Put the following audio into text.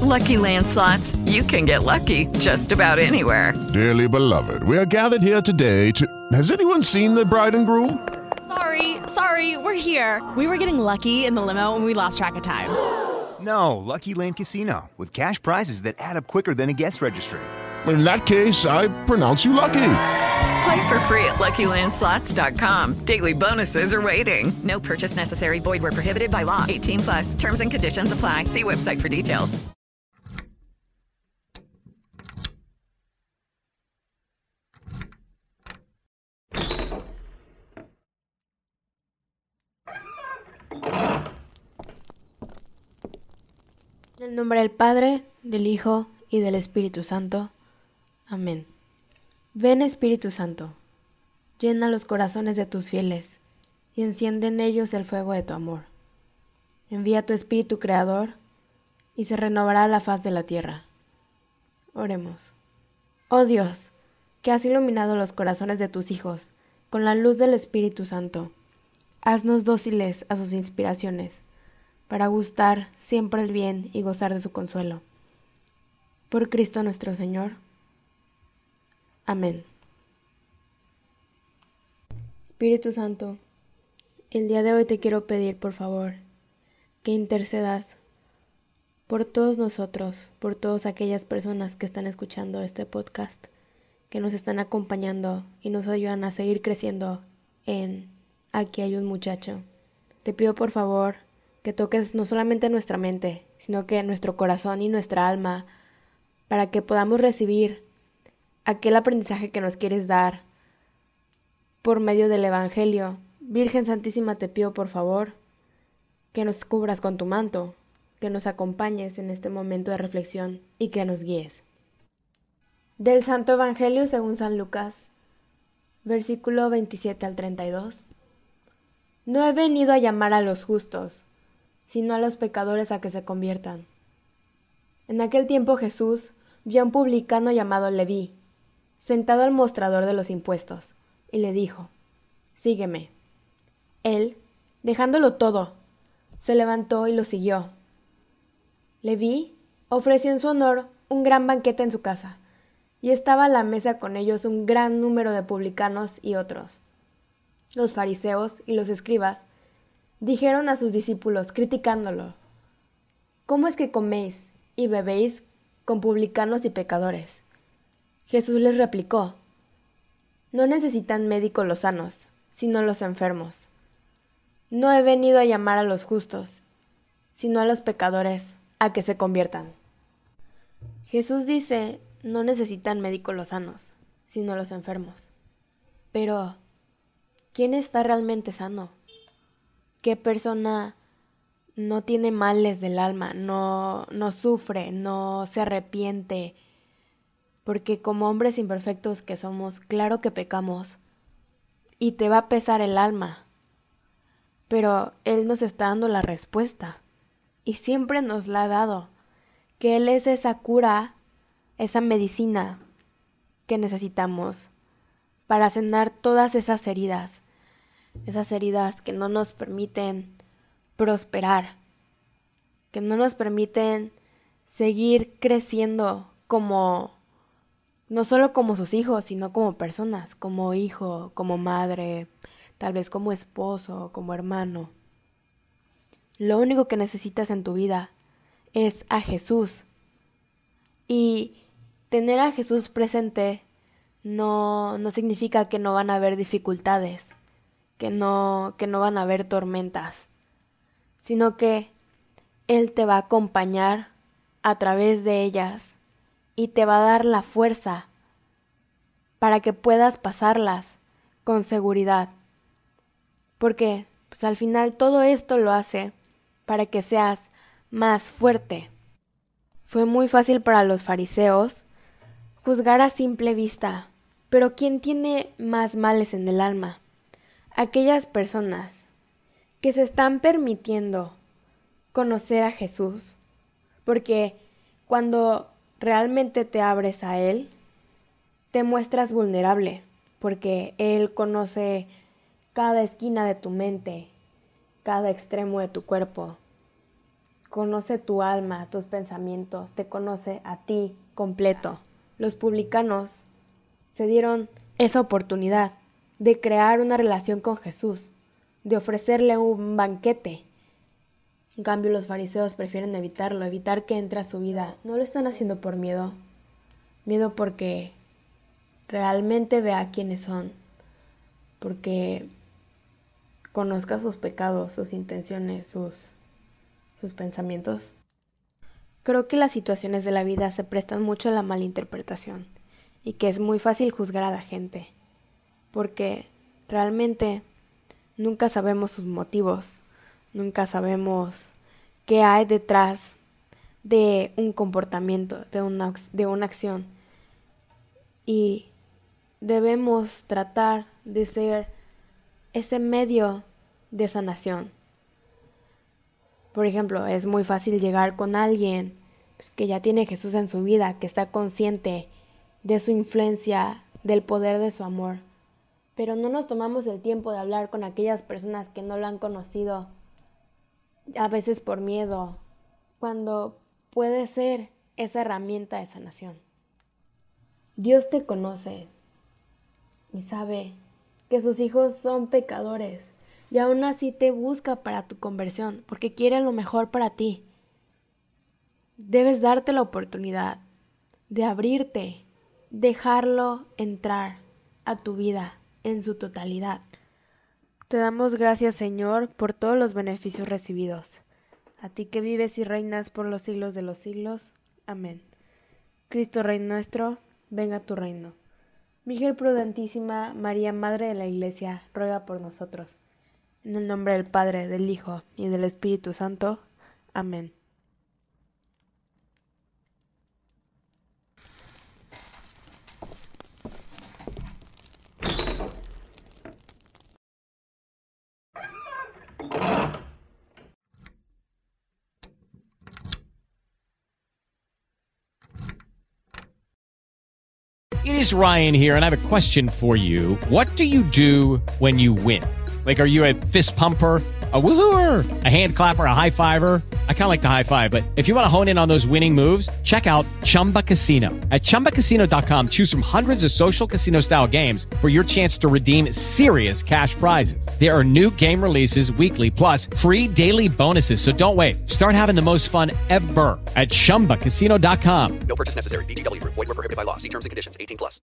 Lucky Land Slots, you can get lucky just about anywhere. Dearly beloved, we are gathered here today to... Has anyone seen the bride and groom? Sorry, we're here. We were getting lucky in the limo and we lost track of time. No, Lucky Land Casino, with cash prizes that add up quicker than a guest registry. In that case, I pronounce you lucky. Play for free at LuckyLandSlots.com. Daily bonuses are waiting. No purchase necessary. Void where prohibited by law. 18+. Terms and conditions apply. See website for details. En el nombre del Padre, del Hijo y del Espíritu Santo. Amén. Ven, Espíritu Santo, llena los corazones de tus fieles y enciende en ellos el fuego de tu amor. Envía tu Espíritu Creador y se renovará la faz de la tierra. Oremos. Oh Dios, que has iluminado los corazones de tus hijos con la luz del Espíritu Santo, haznos dóciles a sus inspiraciones, para gustar siempre el bien y gozar de su consuelo. Por Cristo nuestro Señor. Amén. Espíritu Santo, el día de hoy te quiero pedir, por favor, que intercedas por todos nosotros, por todas aquellas personas que están escuchando este podcast, que nos están acompañando y nos ayudan a seguir creciendo en Aquí hay un muchacho. Te pido, por favor, que toques no solamente nuestra mente, sino que nuestro corazón y nuestra alma, para que podamos recibir aquel aprendizaje que nos quieres dar por medio del Evangelio. Virgen Santísima, te pido, por favor, que nos cubras con tu manto, que nos acompañes en este momento de reflexión y que nos guíes. Del Santo Evangelio según San Lucas, versículo 27 al 32. No he venido a llamar a los justos, sino a los pecadores a que se conviertan. En aquel tiempo Jesús vio a un publicano llamado Leví, sentado al mostrador de los impuestos, y le dijo: Sígueme. Él, dejándolo todo, se levantó y lo siguió. Leví ofreció en su honor un gran banquete en su casa, y estaba a la mesa con ellos un gran número de publicanos y otros. Los fariseos y los escribas dijeron a sus discípulos, criticándolo: ¿Cómo es que coméis y bebéis con publicanos y pecadores? Jesús les replicó: No necesitan médicos los sanos, sino los enfermos. No he venido a llamar a los justos, sino a los pecadores a que se conviertan. Jesús dice: no necesitan médicos los sanos, sino los enfermos. Pero, ¿quién está realmente sano? ¿Qué persona no tiene males del alma, no sufre, no se arrepiente? Porque como hombres imperfectos que somos, claro que pecamos y te va a pesar el alma. Pero Él nos está dando la respuesta y siempre nos la ha dado, que Él es esa cura, esa medicina que necesitamos para sanar todas esas heridas que no nos permiten prosperar, que no nos permiten seguir creciendo como, no solo como sus hijos, sino como personas, como hijo, como madre, tal vez como esposo, como hermano. Lo único que necesitas en tu vida es a Jesús. Y tener a Jesús presente no significa que no van a haber dificultades, que no van a haber tormentas, sino que Él te va a acompañar a través de ellas y te va a dar la fuerza para que puedas pasarlas con seguridad. Porque pues, al final todo esto lo hace para que seas más fuerte. Fue muy fácil para los fariseos juzgar a simple vista, pero ¿quién tiene más males en el alma? Aquellas personas que se están permitiendo conocer a Jesús, porque cuando realmente te abres a Él, te muestras vulnerable, porque Él conoce cada esquina de tu mente, cada extremo de tu cuerpo, conoce tu alma, tus pensamientos, te conoce a ti completo. Los publicanos se dieron esa oportunidad de crear una relación con Jesús, de ofrecerle un banquete. En cambio, los fariseos prefieren evitarlo, evitar que entre a su vida. No lo están haciendo por miedo. Miedo porque realmente vea quiénes son. Porque conozca sus pecados, sus intenciones, sus pensamientos. Creo que las situaciones de la vida se prestan mucho a la malinterpretación y que es muy fácil juzgar a la gente. Porque realmente nunca sabemos sus motivos. Nunca sabemos qué hay detrás de un comportamiento, de una acción. Y debemos tratar de ser ese medio de sanación. Por ejemplo, es muy fácil llegar con alguien que ya tiene Jesús en su vida, que está consciente de su influencia, del poder de su amor. Pero no nos tomamos el tiempo de hablar con aquellas personas que no lo han conocido, a veces por miedo, cuando puede ser esa herramienta de sanación. Dios te conoce y sabe que sus hijos son pecadores y aún así te busca para tu conversión porque quiere lo mejor para ti. Debes darte la oportunidad de abrirte, dejarlo entrar a tu vida en su totalidad. Te damos gracias, Señor, por todos los beneficios recibidos. A ti que vives y reinas por los siglos de los siglos. Amén. Cristo Rey nuestro, venga tu reino. Virgen prudentísima, María, Madre de la Iglesia, ruega por nosotros. En el nombre del Padre, del Hijo y del Espíritu Santo. Amén. It is Ryan here, and I have a question for you. What do you do when you win? Like, are you a fist pumper, a woohooer, a hand clapper, a high fiver? I kind of like the high five, but if you want to hone in on those winning moves, check out Chumba Casino. At ChumbaCasino.com, choose from hundreds of social casino-style games for your chance to redeem serious cash prizes. There are new game releases weekly, plus free daily bonuses, so don't wait. Start having the most fun ever at ChumbaCasino.com. No purchase necessary. VGW Group. Void where prohibited by law. See terms and conditions. 18+.